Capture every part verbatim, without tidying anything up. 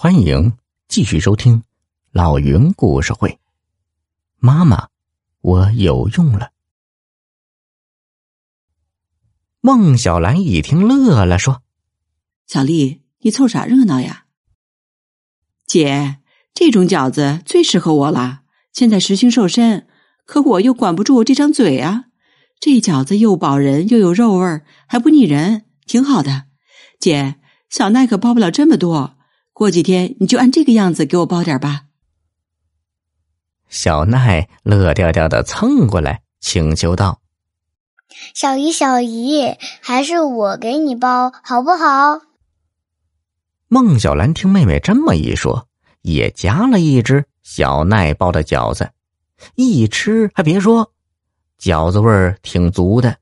欢迎继续收听老云故事会。妈妈，我有用了。孟小兰一听乐了，说： 小丽，你凑啥热闹呀？姐，这种饺子最适合我了，现在实行瘦身，可我又管不住这张嘴啊。这饺子又饱人又有肉味儿，还不腻人，挺好的。姐，小奈可包不了这么多，过几天你就按这个样子给我包点吧。 小奈乐调调的蹭过来，请求道： 小姨小姨，还是我给你包好不好？ 孟小兰听妹妹这么一说，也夹了一只小奈包的饺子，一吃还别说，饺子味儿挺足的。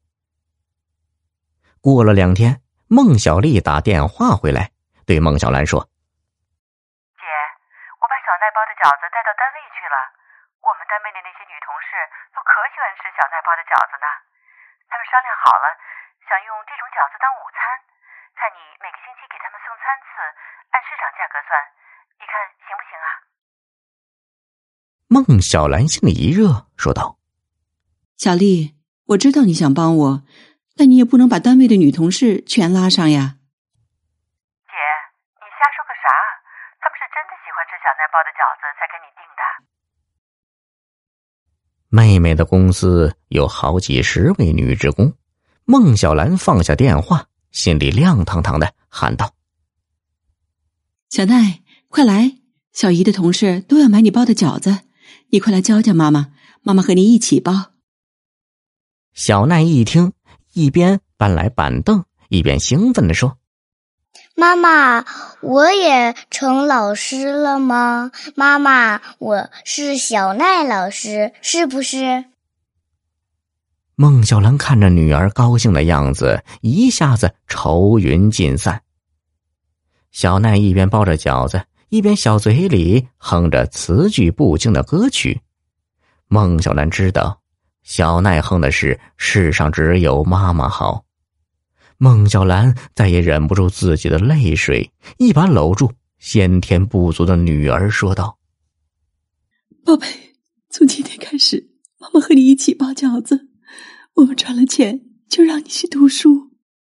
过了两天，孟小丽打电话回来，对孟小兰说： 姐，我把小奈包的饺子带到单位去了，我们单位的那些女同事都可喜欢吃小奈包的饺子呢。他们商量好了，想用这种饺子当午餐，看你每个星期给他们送餐次，按市场价格算，你看行不行啊？ 孟小兰心里一热，说道： 小丽，我知道你想帮我，但你也不能把单位的女同事全拉上呀。 姐，你瞎说个啥？他们是真的喜欢吃小奈包的饺子才给你订的。 妹妹的公司有好几十位女职工，孟小兰放下电话，心里亮堂堂的喊道： 小奈，快来，小姨的同事都要买你包的饺子，你快来教教妈妈，妈妈和你一起包。 小奈一听，一边搬来板凳，一边兴奋地说： 妈妈，我也成老师了吗？妈妈，我是小奈老师，是不是？ 孟小兰看着女儿高兴的样子，一下子愁云尽散。小奈一边包着饺子，一边小嘴里哼着词句不清的歌曲。孟小兰知道，小奈哼的是世上只有妈妈好。孟小兰再也忍不住自己的泪水，一把搂住先天不足的女儿，说道： 宝贝，从今天开始，妈妈和你一起包饺子，我们赚了钱就让你去读书。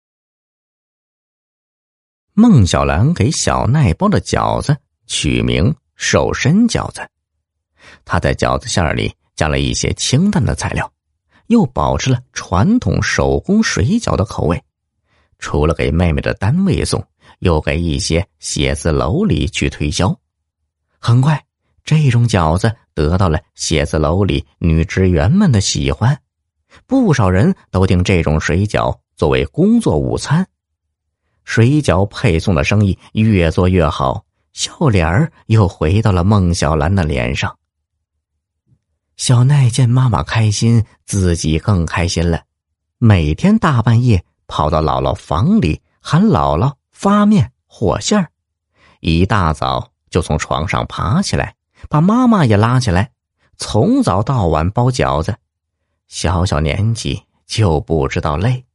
孟小兰给小奈包的饺子取名瘦身饺子，她在饺子馅里加了一些清淡的材料，又保持了传统手工水饺的口味。除了给妹妹的单位送，又给一些写字楼里去推销。很快，这种饺子得到了写字楼里女职员们的喜欢，不少人都订这种水饺作为工作午餐。水饺配送的生意越做越好，笑脸儿又回到了孟小兰的脸上。小奈见妈妈开心，自己更开心了，每天大半夜跑到姥姥房里喊姥姥发面和馅儿，一大早就从床上爬起来，把妈妈也拉起来，从早到晚包饺子。小小年纪就不知道累。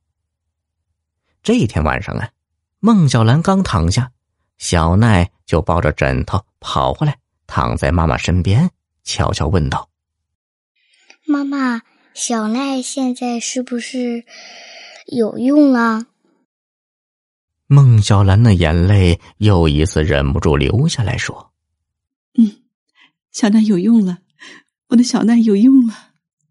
这天晚上啊，孟小兰刚躺下，小奈就抱着枕头跑过来，躺在妈妈身边，悄悄问道： 妈妈，小奈现在是不是有用了？ 孟小兰的眼泪又一次忍不住流下来，说： 嗯，小奈有用了，我的小奈有用了。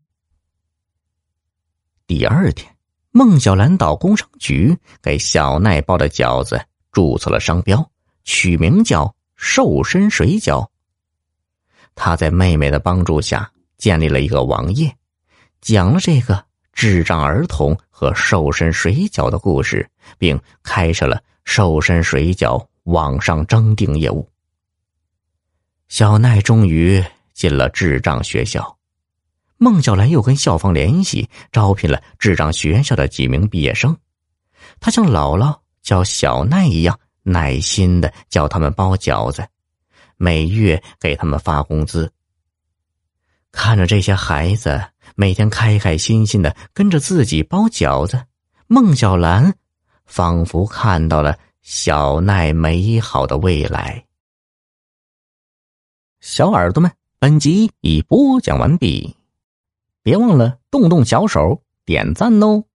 第二天，孟小兰到工商局给小奈包的饺子注册了商标，取名叫瘦身水饺。她在妹妹的帮助下建立了一个网页，讲了这个智障儿童和瘦身水饺的故事，并开设了瘦身水饺网上征订业务。小奈终于进了智障学校，孟小兰又跟校方联系，招聘了智障学校的几名毕业生。她像姥姥教小奈一样，耐心地教他们包饺子，每月给他们发工资。看着这些孩子每天开开心心的跟着自己包饺子，孟小兰仿佛看到了小奈美好的未来。 小耳朵们，本集已播讲完毕，别忘了动动小手点赞哦。